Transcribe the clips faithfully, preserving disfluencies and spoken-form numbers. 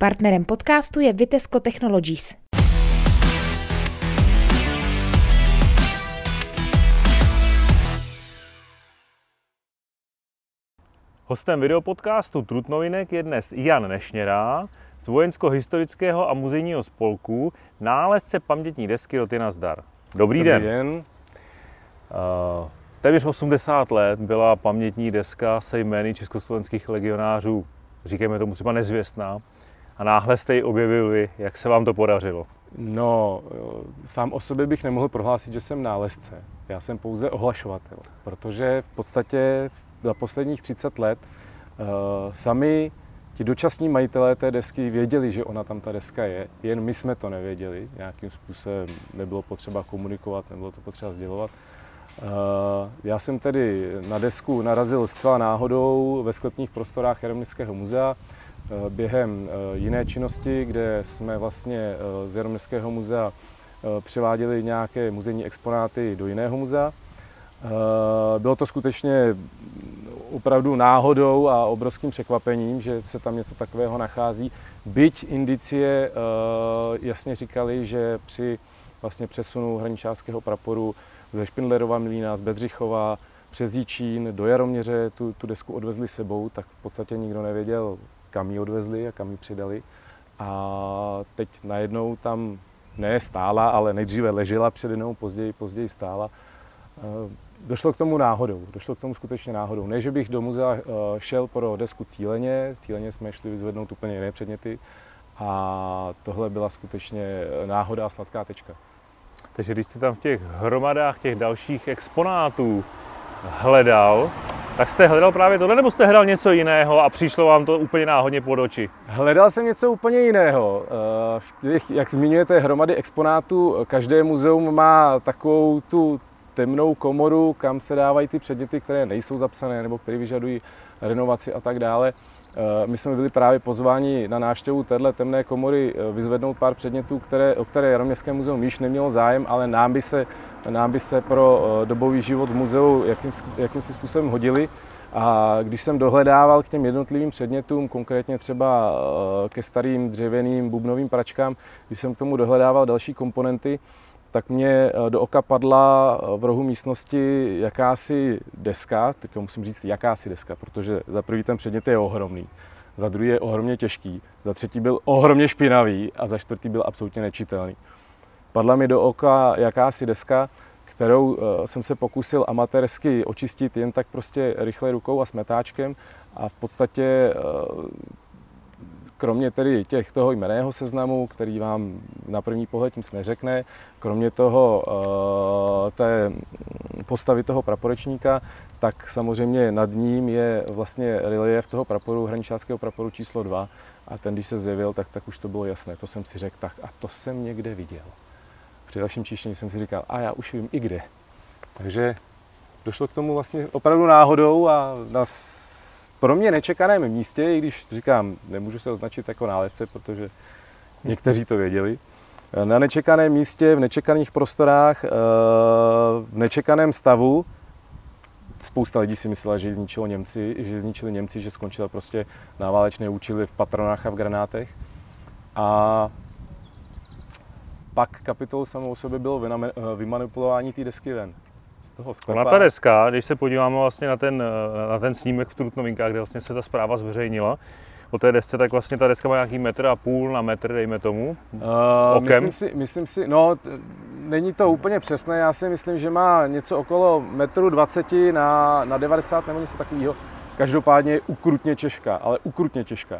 Partnerem podcastu je Vitesco Technologies. Hostem videopodcastu Trutnovinek je dnes Jan Nešněrá z Vojensko-historického a muzejního spolku, nálezce pamětní desky Roty Nazdar. Dobrý, Dobrý den. den. Uh, téměř osmdesát let byla pamětní deska se jmény československých legionářů, říkejme tomu třeba nezvěstná, a náhle jste ji objevili. Jak se vám to podařilo? No, sám o sobě bych nemohl prohlásit, že jsem nálezce. Já jsem pouze ohlašovatel, protože v podstatě za posledních třicet let uh, sami ti dočasní majitelé té desky věděli, že ona tam ta deska je, jen my jsme to nevěděli, nějakým způsobem nebylo potřeba komunikovat, nebylo to potřeba sdělovat. Uh, já jsem tedy na desku narazil zcela náhodou ve sklepních prostorách Jaromírského muzea uh, během uh, jiné činnosti, kde jsme vlastně uh, z Jaromírského muzea uh, převáděli nějaké muzejní exponáty do jiného muzea. Uh, bylo to skutečně opravdu náhodou a obrovským překvapením, že se tam něco takového nachází. Byť indicie uh, jasně říkali, že při vlastně přesunu hraničářského praporu ze Špindlerova Mlýna, z Bedřichova přes Jičín do Jaroměře tu, tu desku odvezli sebou, tak v podstatě nikdo nevěděl, kam ji odvezli a kam ji přidali. A teď najednou tam ne stála, ale nejdříve ležela přede mnou, později, později stála. Došlo k tomu náhodou, došlo k tomu skutečně náhodou. Ne, že bych do muzea šel pro desku cíleně, cíleně jsme šli vyzvednout úplně jiné předměty a tohle byla skutečně náhoda a sladká tečka. Takže když jste tam v těch hromadách těch dalších exponátů hledal, tak jste hledal právě tohle, nebo jste hledal něco jiného a přišlo vám to úplně náhodně pod oči? Hledal jsem něco úplně jiného. V těch, jak zmiňujete, hromady exponátů, každé muzeum má takovou tu temnou komoru, kam se dávají ty předměty, které nejsou zapsané nebo které vyžadují renovaci a tak dále. My jsme byli právě pozváni na návštěvu téhle temné komory vyzvednout pár předmětů, které, o které Jaroměřské muzeum již nemělo zájem, ale nám by se, nám by se pro dobový život v muzeu jakým, jakýmsi způsobem hodili. A když jsem dohledával k těm jednotlivým předmětům, konkrétně třeba ke starým dřevěným bubnovým pračkám, když jsem k tomu dohledával další komponenty, tak mě do oka padla v rohu místnosti jakási deska, teď musím říct jakási deska, protože za prvý ten předmět je ohromný, za druhý je ohromně těžký, za třetí byl ohromně špinavý a za čtvrtý byl absolutně nečitelný. Padla mi do oka jakási deska, kterou jsem se pokusil amatérsky očistit jen tak prostě rychle rukou a smetáčkem a v podstatě kromě tedy těch toho jmenného seznamu, který vám na první pohled nic neřekne, kromě toho té postavy toho praporečníka, tak samozřejmě nad ním je vlastně relief toho praporu, hraničářského praporu číslo dva. A ten, když se zjevil, tak, tak už to bylo jasné. To jsem si řekl, tak a to jsem někde viděl. Při dalším čištění jsem si říkal, a já už vím i kde. Takže došlo k tomu vlastně opravdu náhodou a nás pro mě nečekaném místě, i když říkám, nemůžu se označit jako nálezce, protože někteří to věděli. Na nečekaném místě, v nečekaných prostorách, v nečekaném stavu. Spousta lidí si myslela, že ji zničilo Němci, že ji zničili Němci, že skončila prostě na válečné účely v patronách a v granátech. A pak kapitolou samou o sobě bylo vymanipulování té desky ven. Z toho sklepa. Ona ta deska, když se podíváme vlastně na ten, na ten snímek v Trutnovinkách, kde vlastně se ta zpráva zveřejnila o té desce, tak vlastně ta deska má nějaký metr a půl na metr, dejme tomu, uh, okem. Myslím si, myslím si, no t- není to úplně přesné, já si myslím, že má něco okolo metru dvaceti na, na devadesát nebo něco takového. Každopádně je ukrutně těžká, ale ukrutně těžká.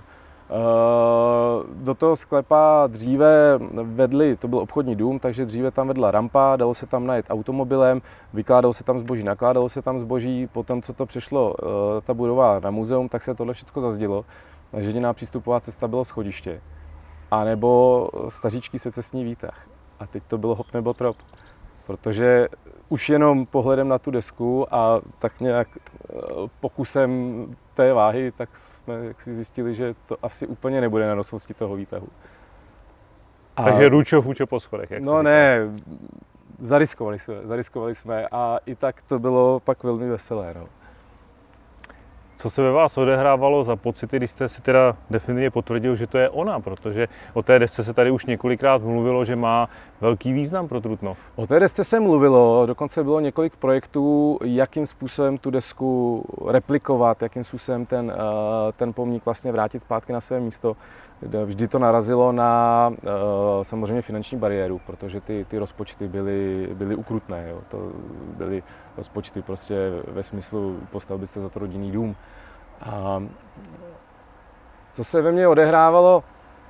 Do toho sklepa dříve vedli, to byl obchodní dům, takže dříve tam vedla rampa, dalo se tam najet automobilem, vykládalo se tam zboží, nakládalo se tam zboží, potom co to přešlo ta budova na muzeum, tak se tohle všechno zazdělo. Takže jediná přístupová cesta bylo schodiště, anebo staříčký secesní výtah. A teď to bylo hop nebo trop, protože už jenom pohledem na tu desku a tak nějak pokusem té váhy, tak jsme jak si zjistili, že to asi úplně nebude na nosnosti toho výtahu. A... Takže ručo fučo po schodech, jak No ne, zariskovali jsme, zariskovali jsme a i tak to bylo pak velmi veselé. No. Co se ve vás odehrávalo za pocity, když jste si teda definitivně potvrdil, že to je ona, protože o té desce se tady už několikrát mluvilo, že má velký význam pro Trutnov. O té desce se mluvilo, dokonce bylo několik projektů, jakým způsobem tu desku replikovat, jakým způsobem ten, ten pomník vlastně vrátit zpátky na své místo. Vždy to narazilo na samozřejmě finanční bariéru, protože ty, ty rozpočty byly, byly ukrutné. Jo. To byly rozpočty prostě ve smyslu, postavil byste za to rodinný dům. A co se ve mně odehrávalo,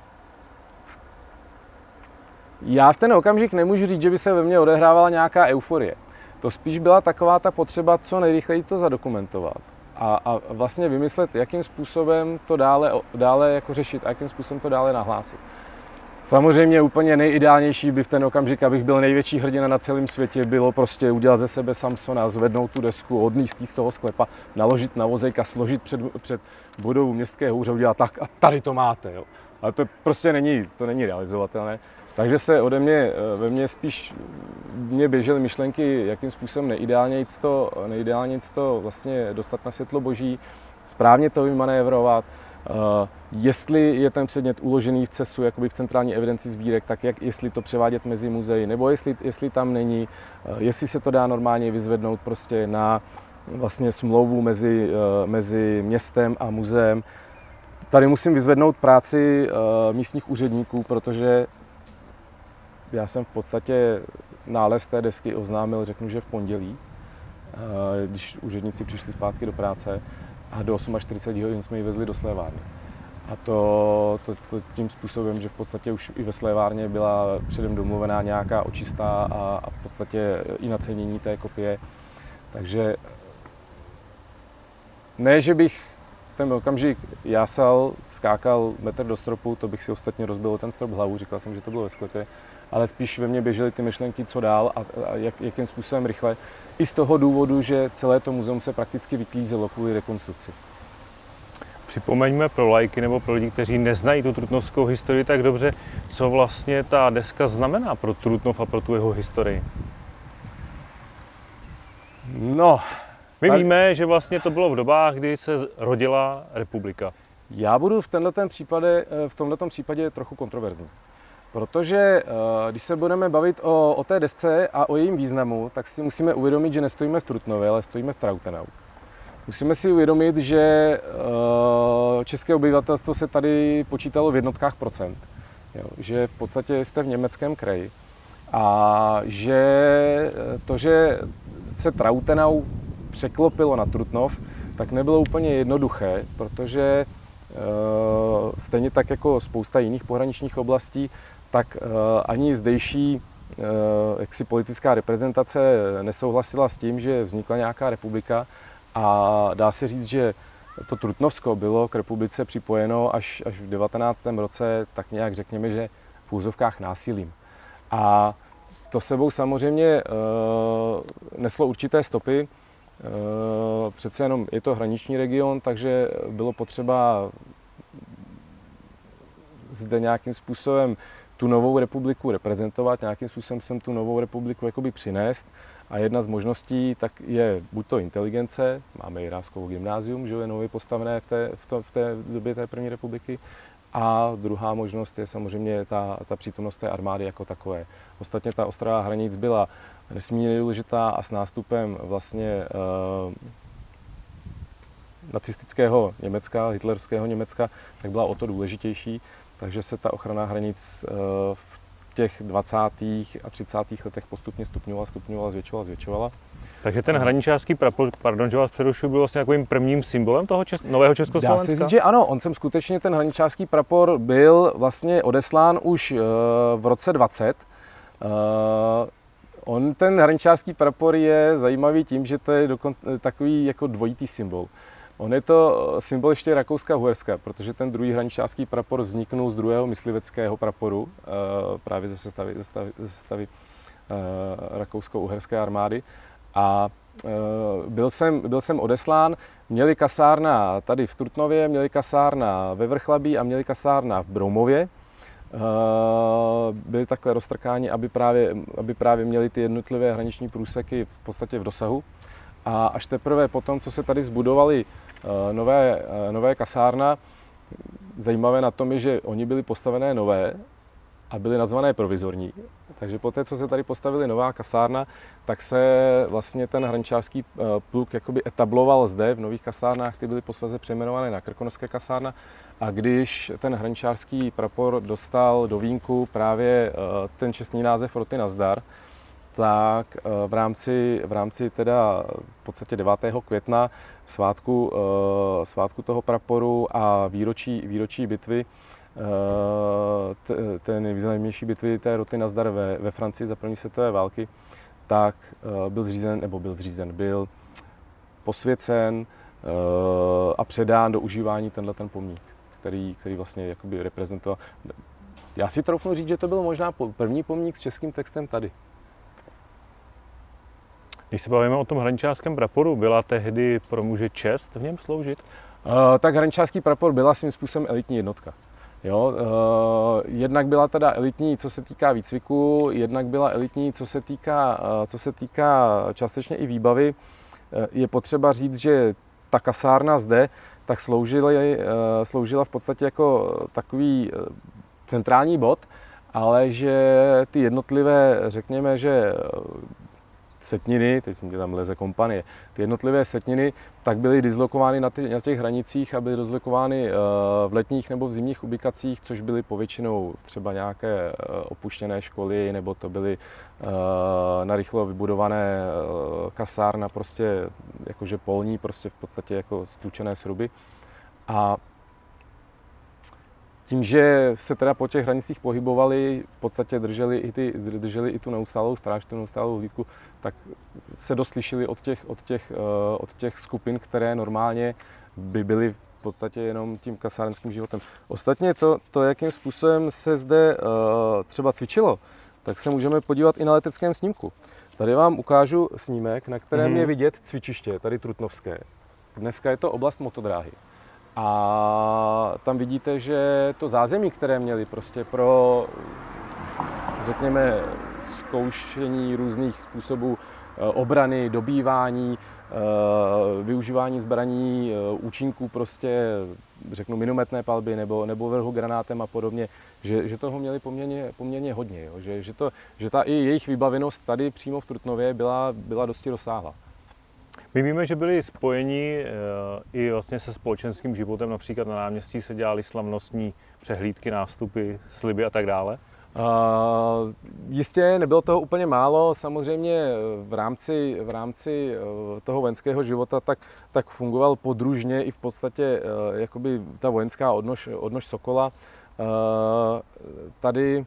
já v ten okamžik nemůžu říct, že by se ve mně odehrávala nějaká euforie. To spíš byla taková ta potřeba, co nejrychleji to zadokumentovat a, a vlastně vymyslet, jakým způsobem to dále, dále jako řešit a jakým způsobem to dále nahlásit. Samozřejmě úplně nejideálnější by v ten okamžik, abych byl největší hrdina na celém světě, bylo prostě udělat ze sebe Samsona, zvednout tu desku, odníst ji z toho sklepa, naložit na vozejk a složit před, před budovu městského úřadu, udělat tak a tady to máte. Jo. Ale to prostě není, to není realizovatelné. Takže se ode mě, ve mně spíš mě běžely myšlenky, jakým způsobem nejideálnějc to, nejideálnějc to vlastně dostat na světlo boží, správně to vymanévrovat, Uh, jestli je ten předmět uložený v cesu, jakoby v centrální evidenci sbírek, tak jak, jestli to převádět mezi muzeji, nebo jestli, jestli tam není, uh, jestli se to dá normálně vyzvednout prostě na vlastně smlouvu mezi, uh, mezi městem a muzeem. Tady musím vyzvednout práci uh, místních úředníků, protože já jsem v podstatě nález té desky oznámil, řeknu, že v pondělí, uh, když úředníci přišli zpátky do práce. A do čtyřicet osm hodin jsme ji vezli do slévárny. A to, to, to tím způsobem, že v podstatě už i ve slévárně byla předem domluvená nějaká očista a, a v podstatě i nacenění té kopie. Takže ne, že bych ten okamžik jásal, skákal metr do stropu, to bych si ostatně rozbil ten strop hlavu, říkal jsem, že to bylo ve sklepě, ale spíš ve mně běžely ty myšlenky, co dál a, a jak, jakým způsobem rychle. I z toho důvodu, že celé to muzeum se prakticky vyklízelo kvůli rekonstrukci. Připomeňme pro laiky nebo pro lidi, kteří neznají tu trutnovskou historii tak dobře, co vlastně ta deska znamená pro Trutnov a pro tu jeho historii. No, My tak... víme, že vlastně to bylo v dobách, kdy se rodila republika. Já budu v tenhletom případě, v tomhletom případě trochu kontroverzní. Protože když se budeme bavit o, o té desce a o jejím významu, tak si musíme uvědomit, že nestojíme v Trutnově, ale stojíme v Trautenau. Musíme si uvědomit, že české obyvatelstvo se tady počítalo v jednotkách procent. Jo, že v podstatě jste v německém kraji. A že to, že se Trautenau překlopilo na Trutnov, tak nebylo úplně jednoduché, protože stejně tak jako spousta jiných pohraničních oblastí, tak ani zdejší jaksi politická reprezentace nesouhlasila s tím, že vznikla nějaká republika a dá se říct, že to Trutnovsko bylo k republice připojeno až, až v devatenáctém roce, tak nějak řekněme, že v úzovkách násilím. A to sebou samozřejmě neslo určité stopy. Přece jenom je to hraniční region, takže bylo potřeba zde nějakým způsobem tu novou republiku reprezentovat, nějakým způsobem sem tu novou republiku jakoby přinést. A jedna z možností tak je buď to inteligence, máme Jiráskovo gymnázium, že je nově postavené v té, v, to, v té době té první republiky, a druhá možnost je samozřejmě ta, ta přítomnost té armády jako takové. Ostatně ta ostrá hranic byla nesmírně důležitá a s nástupem vlastně e, nacistického Německa, hitlerského Německa, tak byla o to důležitější. Takže se ta ochrana hranic e, v těch dvacátých a třicátých letech postupně stupňovala, stupňovala, zvětšovala, zvětšovala. Takže ten hraničářský prapor, pardon, že vás přerušuju, byl vlastně takovým prvním symbolem toho čes- nového Československa? Dá se říct, že ano, on sem skutečně ten hraničářský prapor byl vlastně odeslán už uh, v roce dvacet. Uh, on, ten hraničářský prapor je zajímavý tím, že to je dokon- takový jako dvojitý symbol. On je to symbol ještě Rakouska-Uherska, protože ten druhý hraničářský prapor vzniknul z druhého mysliveckého praporu, uh, právě ze sestavy, ze sestavy, ze sestavy uh, rakousko-uherské armády. A e, byl, jsem, byl jsem odeslán, měli kasárna tady v Trutnově, měli kasárna ve Vrchlabí a měli kasárna v Broumově. E, byli takhle roztrkáni, aby právě, aby právě měli ty jednotlivé hraniční průseky v podstatě v dosahu. A až teprve potom, co se tady zbudovaly nové, nové kasárna. Zajímavé na tom je, že oni byly postavené nové a byly nazvané provizorní. Takže poté, co se tady postavili nová kasárna, tak se vlastně ten hraničářský pluk jakoby etabloval zde v nových kasárnách, ty byly posléze přejmenované na Krkonošské kasárna. A když ten hraničářský prapor dostal do vínku právě ten čestný název Roty Nazdar, tak v rámci, v rámci teda v podstatě devátého května svátku, svátku toho praporu a výročí, výročí bitvy, té nejvýznamnější bitvy té Roty Nazdar ve, ve Francii za první světové války, tak byl zřízen, nebo byl zřízen, byl posvěcen a předán do užívání tenhle ten pomník, který, který vlastně jakoby reprezentoval. Já si troufnu říct, že to byl možná první pomník s českým textem tady. Když se bavíme o tom hraničářském praporu, byla tehdy pro muže čest v něm sloužit? Uh, tak hraničářský prapor byla svým způsobem elitní jednotka. Jo, uh, jednak byla teda elitní, co se týká výcviku, jednak byla elitní, co se týká, uh, co se týká částečně i výbavy. Uh, je potřeba říct, že ta kasárna zde tak sloužila, uh, sloužila v podstatě jako takový uh, centrální bod, ale že ty jednotlivé, řekněme, že setniny, teď jsem tam leze kompanie, ty jednotlivé setniny tak byly dislokovány na, ty, na těch hranicích a byly dislokovány uh, v letních nebo v zimních ubikacích, což byly povětšinou třeba nějaké uh, opuštěné školy, nebo to byly uh, narychlo vybudované uh, kasárna, prostě jakože polní, prostě v podstatě jako stlučené sruby. A tím, že se teda po těch hranicích pohybovali, v podstatě drželi i, ty, drželi i tu neustálou stráž, tu neustálou hlídku, tak se dost lišili od těch, od, těch, od těch skupin, které normálně by byly v podstatě jenom tím kasárenským životem. Ostatně to, to jakým způsobem se zde třeba cvičilo, tak se můžeme podívat i na leteckém snímku. Tady vám ukážu snímek, na kterém hmm. je vidět cvičiště, tady Trutnovské. Dneska je to oblast motodráhy. A tam vidíte, že to zázemí, které měli prostě pro, řekněme, zkoušení různých způsobů obrany, dobývání, využívání zbraní, účinků prostě, řeknu, minometné palby nebo, nebo vrhu granátem a podobně, že, že toho měli poměrně, poměrně hodně, jo? Že, že, to, že ta i jejich vybavenost tady přímo v Trutnově byla, byla dosti rozsáhlá. My víme, že byli spojeni i vlastně se společenským životem, například na náměstí se dělaly slavnostní přehlídky, nástupy, sliby a tak dále. Uh, jistě, nebylo toho úplně málo, samozřejmě v rámci, v rámci toho vojenského života tak, tak fungoval podružně i v podstatě uh, jakoby ta vojenská odnož, odnož Sokola. Uh, tady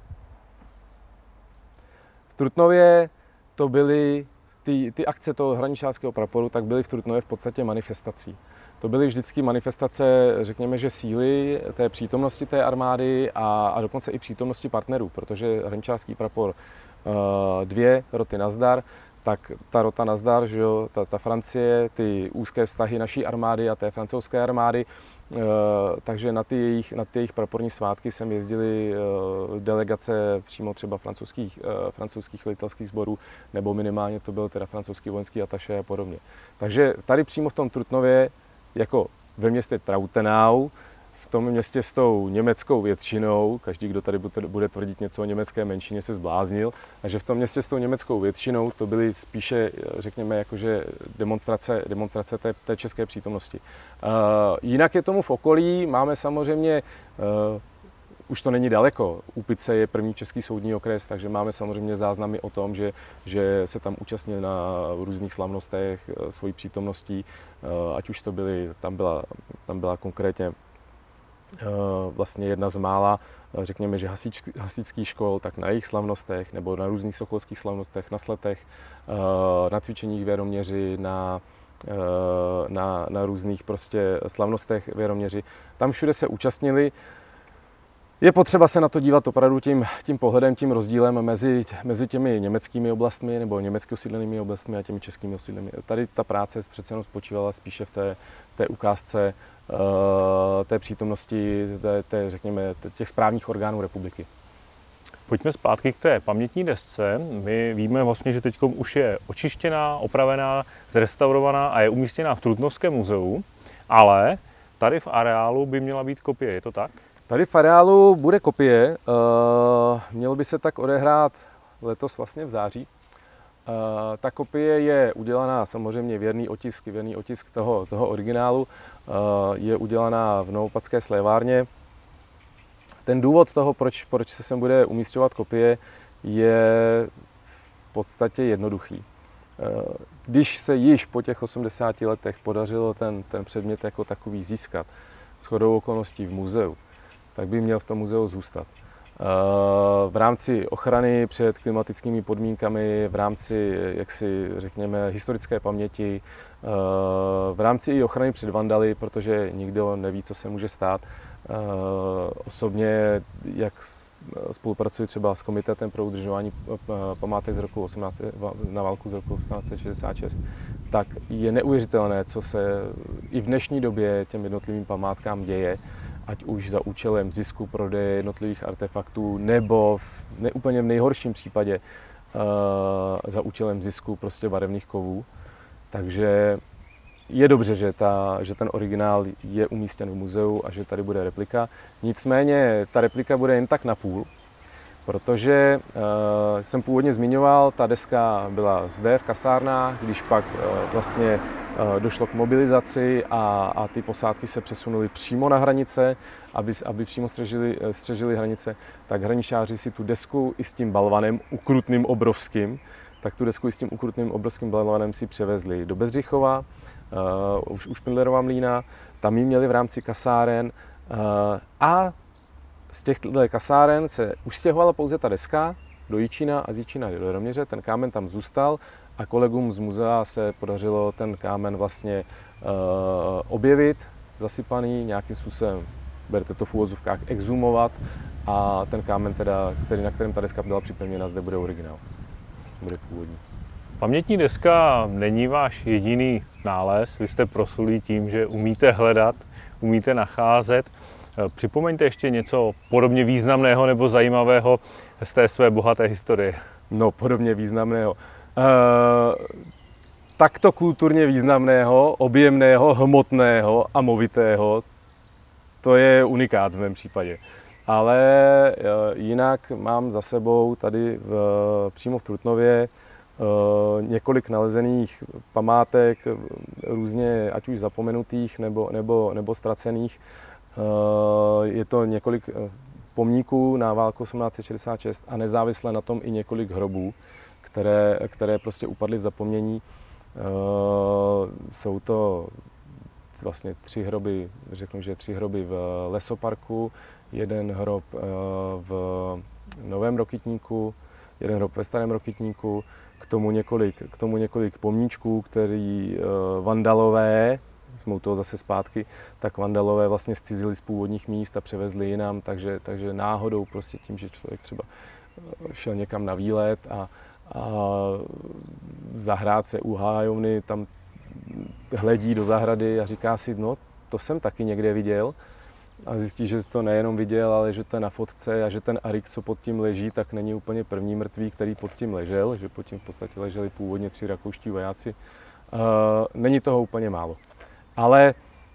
v Trutnově to byly Ty, ty akce toho hraničářského praporu tak byly v Trutnově v podstatě manifestací. To byly vždycky manifestace, řekněme, že síly té přítomnosti té armády a, a dokonce i přítomnosti partnerů, protože hraničářský prapor dvě, Roty Nazdar, tak ta Rota Nazdar, že jo, ta, ta Francie, ty úzké vztahy naší armády a té francouzské armády, e, takže na ty, jejich, na ty jejich praporní svátky sem jezdili e, delegace přímo třeba francouzských, e, francouzských velitelských sborů, nebo minimálně to byl teda francouzský vojenský ataše a podobně. Takže tady přímo v tom Trutnově, jako ve městě Trautenau, v tom městě s tou německou většinou, každý, kdo tady bude tvrdit něco o německé menšině, se zbláznil, a že v tom městě s tou německou většinou to byly spíše, řekněme, jakože demonstrace, demonstrace té, té české přítomnosti. Uh, jinak je tomu v okolí, máme samozřejmě, uh, už to není daleko, Úpice je první český soudní okres, takže máme samozřejmě záznamy o tom, že, že se tam účastnil na různých slavnostech uh, svojí přítomností, uh, ať už to byly, tam byla, tam byla konkrétně vlastně jedna z mála, řekněme, že hasič, hasičských škol, tak na jejich slavnostech nebo na různých sokolských slavnostech, na sletech, na cvičeních v Jaroměři, na, na, na různých prostě slavnostech v Jaroměři. Tam všude se účastnili. Je potřeba se na to dívat opravdu tím, tím pohledem, tím rozdílem mezi, mezi těmi německými oblastmi nebo německy osídlenými oblastmi a těmi českými osídlenými. Tady ta práce přece jenom spočívala spíše v té, v té ukázce uh, té přítomnosti, té, té, řekněme, těch správních orgánů republiky. Pojďme zpátky k té pamětní desce. My víme vlastně, že teď už je očištěná, opravená, zrestaurovaná a je umístěná v Trutnovském muzeu. Ale tady v areálu by měla být kopie, je to tak? Tady v areálu bude kopie, uh, mělo by se tak odehrát letos vlastně v září. Uh, ta kopie je udělaná samozřejmě věrný otisk, věrný otisk toho, toho originálu, uh, je udělaná v Novopadské slévárně. Ten důvod toho, proč, proč se sem bude umísťovat kopie, je v podstatě jednoduchý. Uh, když se již po těch osmdesáti letech podařilo ten, ten předmět jako takový získat shodou okolností v muzeu, tak by měl v tom muzeu zůstat. V rámci ochrany před klimatickými podmínkami, v rámci, jak si řekněme, historické paměti, v rámci i ochrany před vandaly, protože nikdo neví, co se může stát. Osobně, jak spolupracuji třeba s Komitetem pro udržování památek z roku osmnáct, na válku z roku osmnáct set šedesát šest, tak je neuvěřitelné, co se i v dnešní době těm jednotlivým památkám děje, ať už za účelem zisku prodeje jednotlivých artefaktů, nebo v, ne úplně v nejhorším případě uh, za účelem zisku prostě barevných kovů. Takže je dobře, že, ta, že ten originál je umístěn v muzeu a že tady bude replika. Nicméně ta replika bude jen tak na půl, protože uh, jsem původně zmiňoval, ta deska byla zde v kasárnách, když pak uh, vlastně uh, došlo k mobilizaci a, a ty posádky se přesunuly přímo na hranice, aby, aby přímo střežili, střežili hranice, tak hraničáři si tu desku i s tím balvanem ukrutným obrovským, tak tu desku i s tím ukrutným obrovským balvanem si převezli do Bedřichova, uh, už u Špindlerova mlýna, tam ji měli v rámci kasáren uh, a z těchto kasáren se už stěhovala pouze ta deska do Jičína a z Jičína do Jaroměře, ten kámen tam zůstal a kolegům z muzea se podařilo ten kámen vlastně uh, objevit, zasypaný nějakým způsobem, berte to v úvozovkách, exhumovat a ten kámen, teda, který, na kterém ta deska byla připevněna, zde bude originál, bude původní. Pamětní deska není váš jediný nález, vy jste proslulí tím, že umíte hledat, umíte nacházet. Připomeňte ještě něco podobně významného nebo zajímavého z té své bohaté historie. No, podobně významného. E, takto kulturně významného, objemného, hmotného a movitého, to je unikát v mém případě. Ale e, jinak mám za sebou tady v, přímo v Trutnově e, několik nalezených památek, různě ať už zapomenutých nebo, nebo, nebo ztracených. Je to několik pomníků na válku osmnáct set šedesát šest a nezávisle na tom i několik hrobů, které, které prostě upadly v zapomnění. Jsou to vlastně tři hroby, řeknu, že tři hroby v lesoparku, jeden hrob v Novém Rokytníku, jeden hrob ve Starém Rokytníku, k tomu několik, k tomu několik pomníčků, který vandalové, jsme u toho zase zpátky, tak vandalové vlastně zcizili z původních míst a převezli jinam, takže, takže náhodou prostě tím, že člověk třeba šel někam na výlet a, a v zahrádce u hájovny tam hledí do zahrady a říká si, no to jsem taky někde viděl a zjistí, že to nejenom viděl, ale že to je na fotce a že ten arik, co pod tím leží, tak není úplně první mrtvý, který pod tím ležel, že pod tím v podstatě leželi původně tři rakouští vojáci. Uh, není toho úplně málo. Ale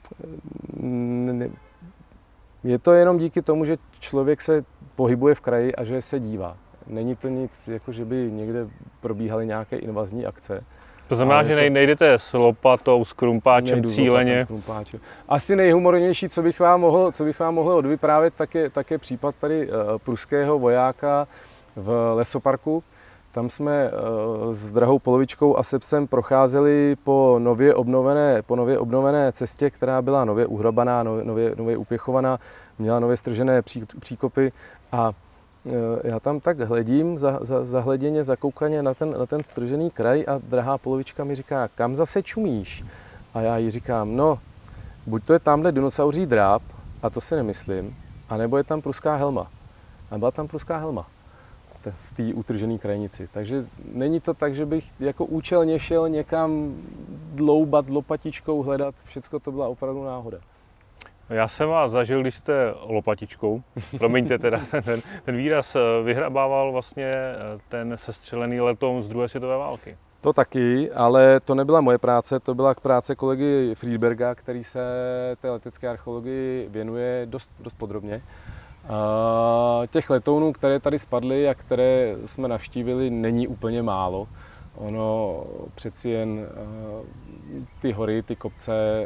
je to jenom díky tomu, že člověk se pohybuje v kraji a že se dívá. Není to nic, jako že by někde probíhaly nějaké invazní akce. To znamená, že to... nejdete s lopatou, s krumpáčem cíleně? Lopatem, Asi nejhumornější, co bych vám mohl, co bych vám mohl odvyprávět, tak je, tak je případ tady uh, pruského vojáka v lesoparku. Tam jsme uh, s drahou polovičkou a sepsem procházeli po nově obnovené, po nově obnovené cestě, která byla nově uhrabaná, nově, nově, nově upěchovaná, měla nově stržené pří, příkopy a uh, já tam tak hledím, za, za, zahleděně, zakoukaně na ten, na ten stržený kraj a drahá polovička mi říká, kam zase čumíš? A já jí říkám, no, buď to je tamhle dinosauří dráp, a to si nemyslím, anebo je tam pruská helma. A byla tam pruská helma v té utržené krajnici. Takže není to tak, že bych jako účelně šel někam dloubat s lopatičkou, hledat. Všecko to byla opravdu náhoda. Já jsem vás zažil, když jste lopatičkou, promiňte teda, ten, ten výraz vyhrabával vlastně ten sestřelený letoun z druhé světové války. To taky, ale to nebyla moje práce, to byla práce kolegy Friedberga, který se té letecké archeologii věnuje dost, dost podrobně. Uh, těch letounů, které tady spadly a které jsme navštívili, není úplně málo. Ono přeci jen uh, ty hory, ty kopce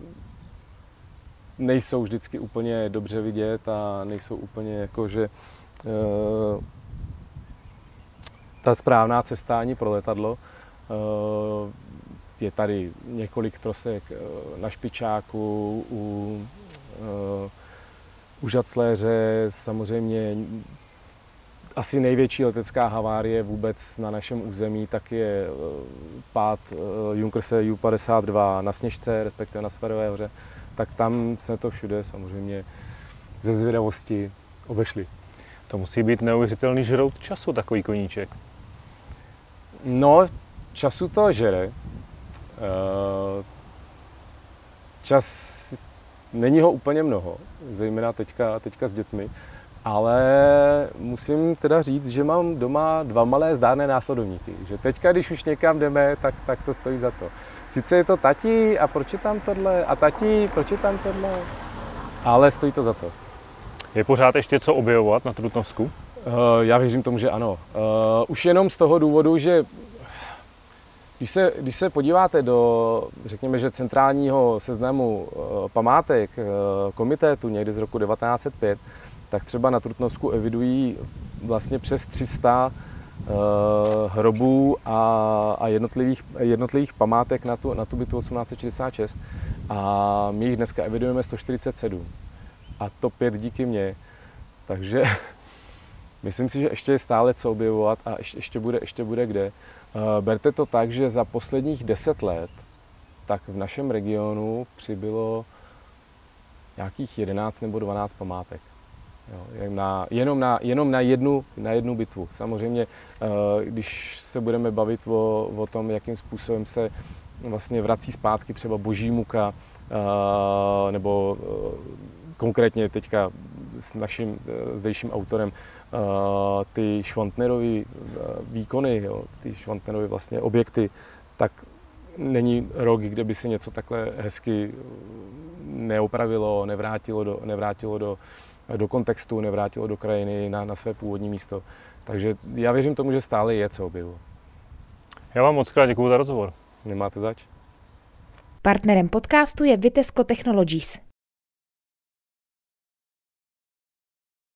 nejsou vždycky úplně dobře vidět a nejsou úplně jakože uh, ta správná cesta ani pro letadlo. Uh, je tady několik trosek uh, na Špičáku, u uh, U Žacléře, samozřejmě asi největší letecká havárie vůbec na našem území, tak je pád Junkerse U padesát dva na Sněžce, respektive na Sverové hoře. Tak tam jsme to všude samozřejmě ze zvědavosti obešli. To musí být neuvěřitelný žrout času, takový koníček. No, času to žere. Čas, není ho úplně mnoho, zejména teďka, teďka s dětmi, ale musím teda říct, že mám doma dva malé zdárné následovníky, že teďka, když už někam jdeme, tak, tak to stojí za to. Sice je to tati, a proč je tam tohle, a tati, proč je tam tohle, ale stojí to za to. Je pořád ještě co objevovat na Trutnovsku? Uh, já věřím tomu, že ano. Uh, už jenom z toho důvodu, že Když se, když se podíváte do, řekněme, že centrálního seznamu památek komitetu někdy z roku devatenáct set pět, tak třeba na Trutnovsku evidují vlastně přes tři sta hrobů a, a jednotlivých, jednotlivých památek na tu, na tu bitvu osmnáct set šedesát šest. A my jich dneska evidujeme sto čtyřicet sedm. A to pět díky mně. Takže myslím si, že ještě je stále co objevovat a ještě, ještě, bude, ještě bude kde. Berte to tak, že za posledních deset let tak v našem regionu přibylo nějakých jedenáct nebo dvanáct památek. Jo, na, jenom na, jenom na, jednu, na jednu bitvu. Samozřejmě, když se budeme bavit o, o tom, jakým způsobem se vlastně vrací zpátky třeba Boží muka, nebo konkrétně teďka s naším zdejším autorem ty Schwantnerovy výkony, jo, ty Schwantnerovy vlastně objekty, tak není rok, kde by se něco takhle hezky neopravilo, nevrátilo do, nevrátilo do, do kontextu, nevrátilo do krajiny na, na své původní místo. Takže já věřím tomu, že stále je co objevovat. Já vám moc krát děkuju za rozhovor. Nemáte zač. Partnerem podcastu je Vitesco Technologies.